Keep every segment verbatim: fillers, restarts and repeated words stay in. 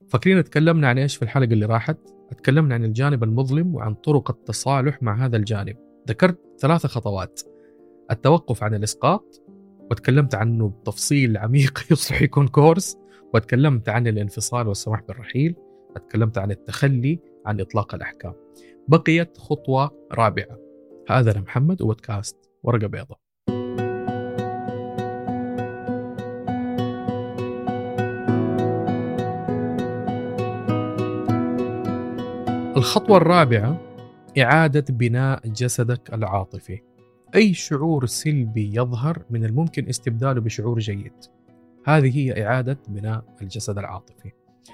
فاكرين تكلمنا عن إيش في الحلقة اللي راحت؟ تكلمنا عن الجانب المظلم وعن طرق التصالح مع هذا الجانب. ذكرت ثلاثة خطوات: التوقف عن الإسقاط، وتكلمت عنه بتفصيل عميق يصلح يكون كورس، وتكلمت عن الانفصال والسماح بالرحيل، وتكلمت عن التخلي عن إطلاق الأحكام. بقيت خطوة رابعة. هذا أنا محمد وبودكاست ورقة بيضاء. الخطوة الرابعة: إعادة بناء جسدك العاطفي. أي شعور سلبي يظهر من الممكن استبداله بشعور جيد. هذه هي إعادة بناء الجسد العاطفي.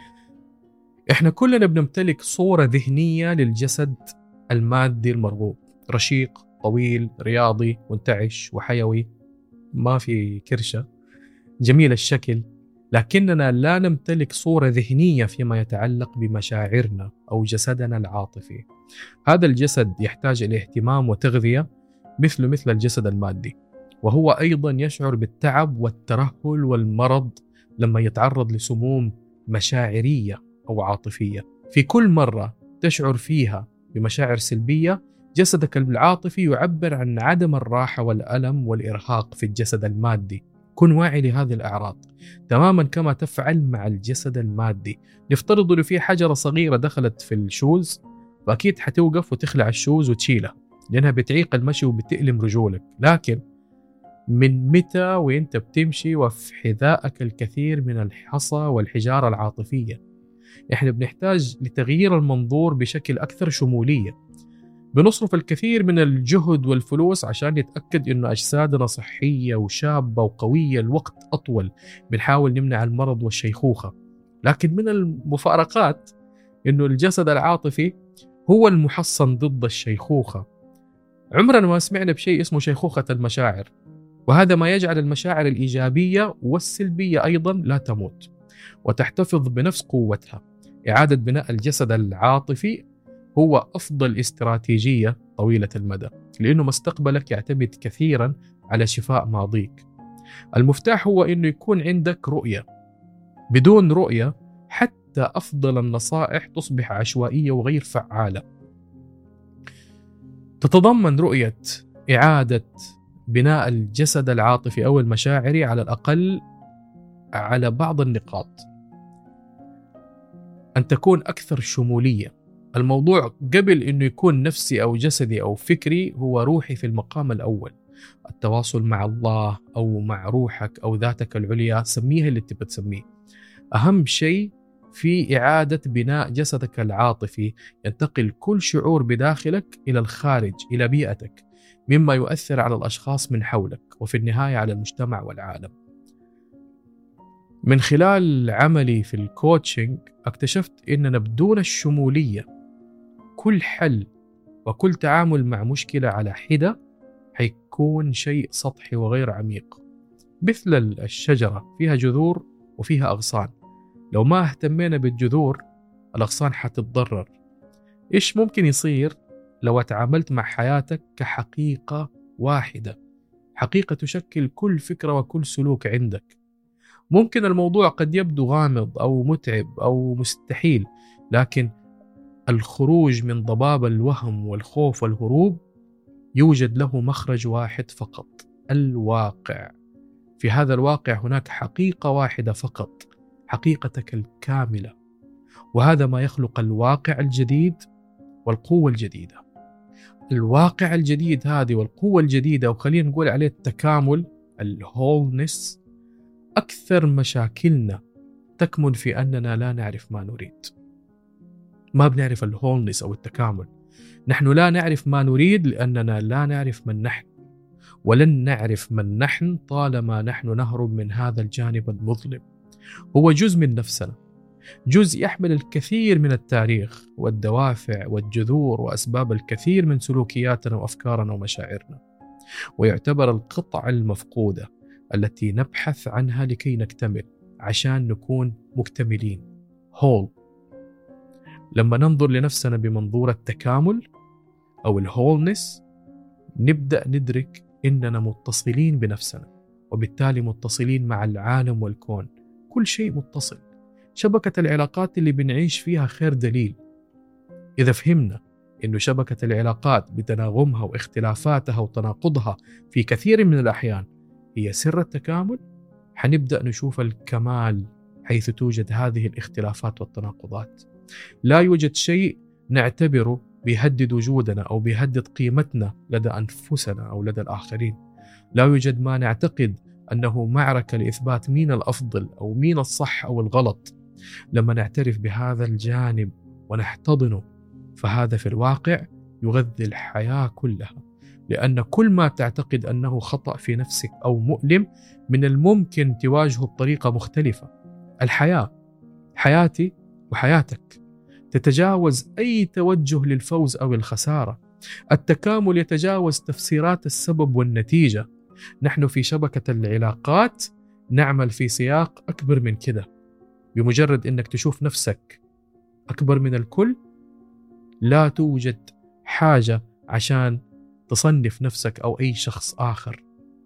إحنا كلنا بنمتلك صورة ذهنية للجسد المادي المرغوب: رشيق، طويل، رياضي، منتعش وحيوي، ما في كرشة، جميل الشكل. لكننا لا نمتلك صورة ذهنية فيما يتعلق بمشاعرنا أو جسدنا العاطفي. هذا الجسد يحتاج إلى اهتمام وتغذية مثل مثل الجسد المادي، وهو أيضا يشعر بالتعب والترهل والمرض لما يتعرض لسموم مشاعرية أو عاطفية. في كل مرة تشعر فيها بمشاعر سلبية، جسدك العاطفي يعبر عن عدم الراحة والألم والإرهاق في الجسد المادي. كن واعي لهذه الأعراض تماما كما تفعل مع الجسد المادي. نفترض أنه في حجرة صغيرة دخلت في الشوز، وأكيد حتوقف وتخلع الشوز وتشيلها لأنها بتعيق المشي وبتألم رجولك. لكن من متى وإنت بتمشي وفي حذائك الكثير من الحصى والحجارة العاطفية؟ إحنا بنحتاج لتغيير المنظور بشكل أكثر شمولية. بنصرف الكثير من الجهد والفلوس عشان نتأكد إنه أجسادنا صحية وشابة وقوية الوقت أطول. بنحاول نمنع المرض والشيخوخة، لكن من المفارقات إنه الجسد العاطفي هو المحصن ضد الشيخوخة. عمرنا ما سمعنا بشيء اسمه شيخوخة المشاعر، وهذا ما يجعل المشاعر الإيجابية والسلبية أيضا لا تموت وتحتفظ بنفس قوتها. إعادة بناء الجسد العاطفي هو أفضل استراتيجية طويلة المدى، لأنه مستقبلك يعتمد كثيرا على شفاء ماضيك. المفتاح هو أنه يكون عندك رؤية. بدون رؤية حتى أفضل النصائح تصبح عشوائية وغير فعالة. تتضمن رؤية إعادة بناء الجسد العاطفي أو المشاعري على الأقل على بعض النقاط: أن تكون أكثر شمولية. الموضوع قبل أنه يكون نفسي أو جسدي أو فكري هو روحي في المقام الأول. التواصل مع الله أو مع روحك أو ذاتك العليا، سميها اللي تبى تسميه. أهم شيء في إعادة بناء جسدك العاطفي ينتقل كل شعور بداخلك إلى الخارج، إلى بيئتك، مما يؤثر على الأشخاص من حولك وفي النهاية على المجتمع والعالم. من خلال عملي في الكوتشنج اكتشفت إننا بدون الشمولية كل حل وكل تعامل مع مشكلة على حدة حيكون شيء سطحي وغير عميق. مثل الشجرة فيها جذور وفيها أغصان، لو ما اهتمينا بالجذور الأغصان حتتضرر. إيش ممكن يصير لو تعاملت مع حياتك كحقيقة واحدة، حقيقة تشكل كل فكرة وكل سلوك عندك؟ ممكن الموضوع قد يبدو غامض أو متعب أو مستحيل، لكن الخروج من ضباب الوهم والخوف والهروب يوجد له مخرج واحد فقط: الواقع. في هذا الواقع هناك حقيقة واحدة فقط، حقيقتك الكاملة، وهذا ما يخلق الواقع الجديد والقوة الجديدة. الواقع الجديد هذه والقوة الجديدة، وخلينا نقول عليه التكامل، الهولنس. أكثر مشاكلنا تكمن في أننا لا نعرف ما نريد. ما بنعرف الهولنس أو التكامل. نحن لا نعرف ما نريد لأننا لا نعرف من نحن، ولن نعرف من نحن طالما نحن نهرب من هذا الجانب المظلم. هو جزء من نفسنا، جزء يحمل الكثير من التاريخ والدوافع والجذور وأسباب الكثير من سلوكياتنا وأفكارنا ومشاعرنا، ويعتبر القطعة المفقودة التي نبحث عنها لكي نكتمل، عشان نكون مكتملين، whole. لما ننظر لنفسنا بمنظور التكامل أو الهولنس، نبدأ ندرك إننا متصلين بنفسنا، وبالتالي متصلين مع العالم والكون. كل شيء متصل. شبكة العلاقات اللي بنعيش فيها خير دليل. إذا فهمنا إنه شبكة العلاقات بتناغمها واختلافاتها وتناقضها في كثير من الأحيان هي سر التكامل، حنبدأ نشوف الكمال حيث توجد هذه الاختلافات والتناقضات. لا يوجد شيء نعتبره بيهدد وجودنا أو بيهدد قيمتنا لدى أنفسنا أو لدى الآخرين. لا يوجد ما نعتقد أنه معركة لإثبات مين الأفضل أو مين الصح أو الغلط. لما نعترف بهذا الجانب ونحتضنه، فهذا في الواقع يغذي الحياة كلها، لأن كل ما تعتقد أنه خطأ في نفسك أو مؤلم من الممكن تواجهه بطريقة مختلفة. الحياة، حياتي وحياتك، تتجاوز أي توجه للفوز أو الخسارة. التكامل يتجاوز تفسيرات السبب والنتيجة. نحن في شبكة العلاقات نعمل في سياق أكبر من كده. بمجرد أنك تشوف نفسك أكبر من الكل، لا توجد حاجة عشان تصنف نفسك أو أي شخص آخر.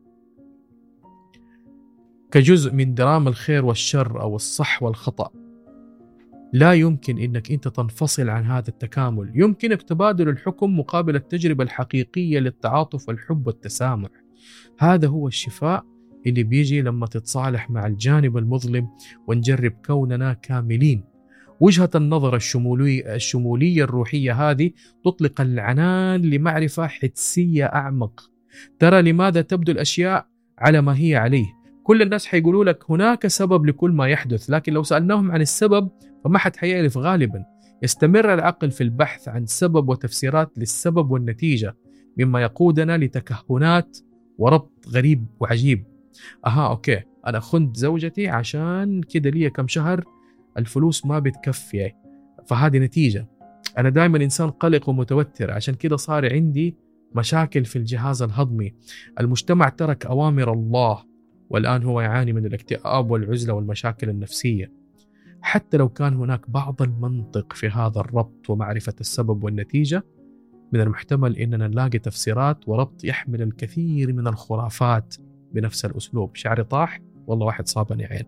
كجزء من دراما الخير والشر أو الصح والخطأ، لا يمكن أنك أنت تنفصل عن هذا التكامل. يمكنك تبادل الحكم مقابل التجربة الحقيقية للتعاطف والحب والتسامح. هذا هو الشفاء اللي بيجي لما تتصالح مع الجانب المظلم ونجرب كوننا كاملين. وجهة النظر الشمولية, الشمولية الروحية هذه تطلق العنان لمعرفة حدسية أعمق. ترى لماذا تبدو الأشياء على ما هي عليه؟ كل الناس حيقولوا لك هناك سبب لكل ما يحدث، لكن لو سألناهم عن السبب فما حد حيعرف غالبا. يستمر العقل في البحث عن سبب وتفسيرات للسبب والنتيجة، مما يقودنا لتكهنات وربط غريب وعجيب. أها أوكي، أنا خنت زوجتي عشان كده لي كم شهر الفلوس ما بتكفي، فهذه نتيجة. أنا دائما إنسان قلق ومتوتر عشان كده صار عندي مشاكل في الجهاز الهضمي. المجتمع ترك أوامر الله والآن هو يعاني من الاكتئاب والعزلة والمشاكل النفسية. حتى لو كان هناك بعض المنطق في هذا الربط ومعرفة السبب والنتيجة، من المحتمل أننا نلاقي تفسيرات وربط يحمل الكثير من الخرافات بنفس الأسلوب. شعري طاح والله واحد صابني عين.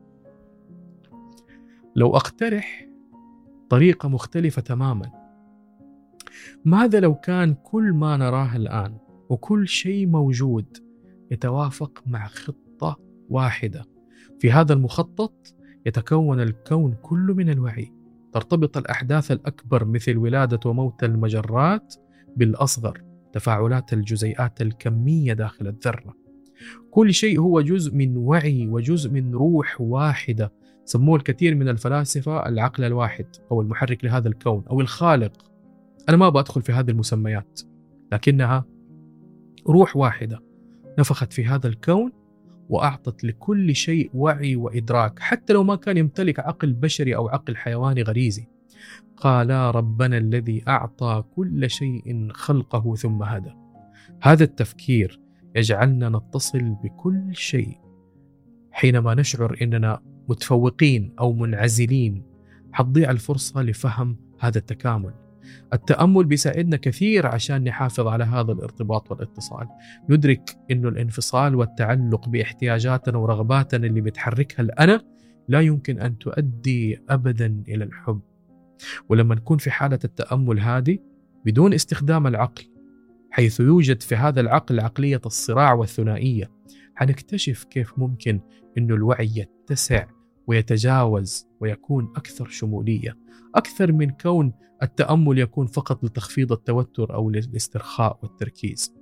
لو أقترح طريقة مختلفة تماما، ماذا لو كان كل ما نراه الآن وكل شيء موجود يتوافق مع خطة واحدة؟ في هذا المخطط يتكون الكون كله من الوعي. ترتبط الأحداث الأكبر مثل ولادة وموت المجرات بالأصغر، تفاعلات الجزيئات الكمية داخل الذرة. كل شيء هو جزء من وعي وجزء من روح واحدة. سموه الكثير من الفلاسفة العقل الواحد أو المحرك لهذا الكون أو الخالق. أنا ما بدخل في هذه المسميات، لكنها روح واحدة نفخت في هذا الكون وأعطت لكل شيء وعي وإدراك، حتى لو ما كان يمتلك عقل بشري أو عقل حيواني غريزي. قالا ربنا الذي أعطى كل شيء خلقه ثم هدى. هذا التفكير يجعلنا نتصل بكل شيء. حينما نشعر أننا متفوقين أو منعزلين، حتضيع الفرصة لفهم هذا التكامل. التأمل بيساعدنا كثير عشان نحافظ على هذا الارتباط والاتصال. ندرك أنه الانفصال والتعلق باحتياجاتنا ورغباتنا اللي بتحركها الأنا لا يمكن أن تؤدي أبدا إلى الحب. ولما نكون في حالة التأمل هذه بدون استخدام العقل، حيث يوجد في هذا العقل عقلية الصراع والثنائية، حنكتشف كيف ممكن أنه الوعي يتسع ويتجاوز ويكون أكثر شمولية، أكثر من كون التأمل يكون فقط لتخفيض التوتر أو للاسترخاء والتركيز.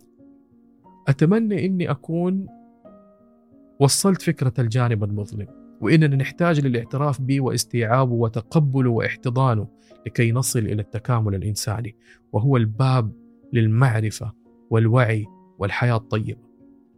أتمنى أني أكون وصلت فكرة الجانب المظلم، وإننا نحتاج للاعتراف به واستيعابه وتقبله واحتضانه لكي نصل إلى التكامل الإنساني، وهو الباب للمعرفة والوعي والحياة الطيبة.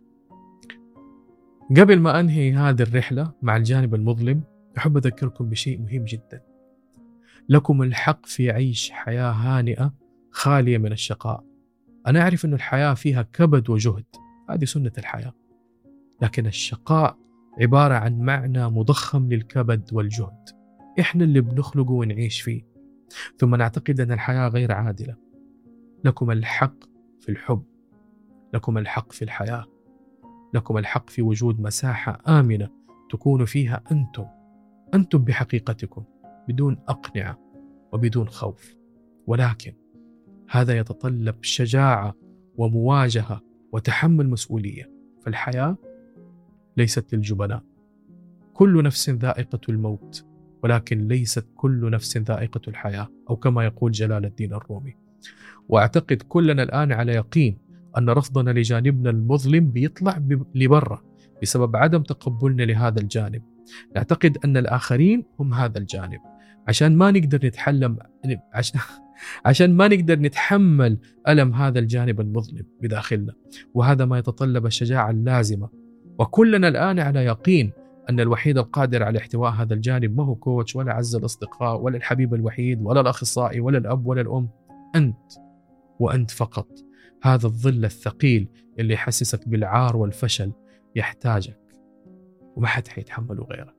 قبل ما أنهي هذه الرحلة مع الجانب المظلم، أحب أذكركم بشيء مهم جدا. لكم الحق في عيش حياة هانئة خالية من الشقاء. أنا أعرف أن الحياة فيها كبد وجهد، هذه سنة الحياة، لكن الشقاء عبارة عن معنى مضخم للكبد والجهد، إحنا اللي بنخلقه ونعيش فيه، ثم نعتقد أن الحياة غير عادلة. لكم الحق في الحب، لكم الحق في الحياة، لكم الحق في وجود مساحة آمنة تكون فيها أنتم. أنتم بحقيقتكم بدون أقنعة وبدون خوف، ولكن هذا يتطلب شجاعة ومواجهة وتحمل مسؤولية. فالحياة ليست للجبناء. كل نفس ذائقة الموت، ولكن ليست كل نفس ذائقة الحياة، أو كما يقول جلال الدين الرومي. وأعتقد كلنا الآن على يقين أن رفضنا لجانبنا المظلم بيطلع لبرا بسبب عدم تقبلنا لهذا الجانب. نعتقد أن الآخرين هم هذا الجانب، عشان ما نقدر نتحلم عشان عشان ما نقدر نتحمل ألم هذا الجانب المظلم بداخلنا. وهذا ما يتطلب الشجاعة اللازمة. وكلنا الآن على يقين أن الوحيد القادر على احتواء هذا الجانب ما هو كوتش ولا عز الأصدقاء ولا الحبيب الوحيد ولا الأخصائي ولا الأب ولا الأم. أنت وأنت فقط. هذا الظل الثقيل اللي يحسسك بالعار والفشل يحتاجك، وما حد حيتحمله غيرك.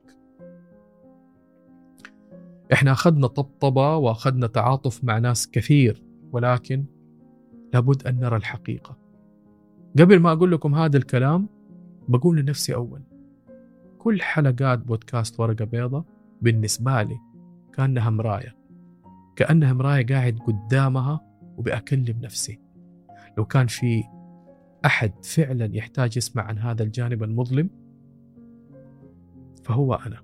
إحنا أخذنا طبطبة وأخذنا تعاطف مع ناس كثير، ولكن لابد أن نرى الحقيقة. قبل ما أقول لكم هذا الكلام بقول لنفسي أول، كل حلقات بودكاست ورقة بيضة بالنسبة لي كأنها مراية، كأنها مراية قاعد قدامها وبأكلم نفسي. لو كان في أحد فعلا يحتاج يسمع عن هذا الجانب المظلم فهو أنا.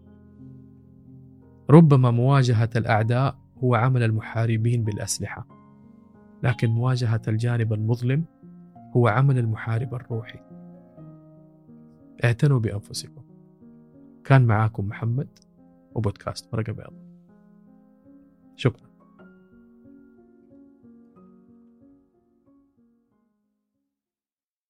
ربما مواجهة الأعداء هو عمل المحاربين بالأسلحة، لكن مواجهة الجانب المظلم هو عمل المحارب الروحي. اعتنوا بأنفسكم. كان معاكم محمد وبودكاست ورقة بيضاء. شكرا.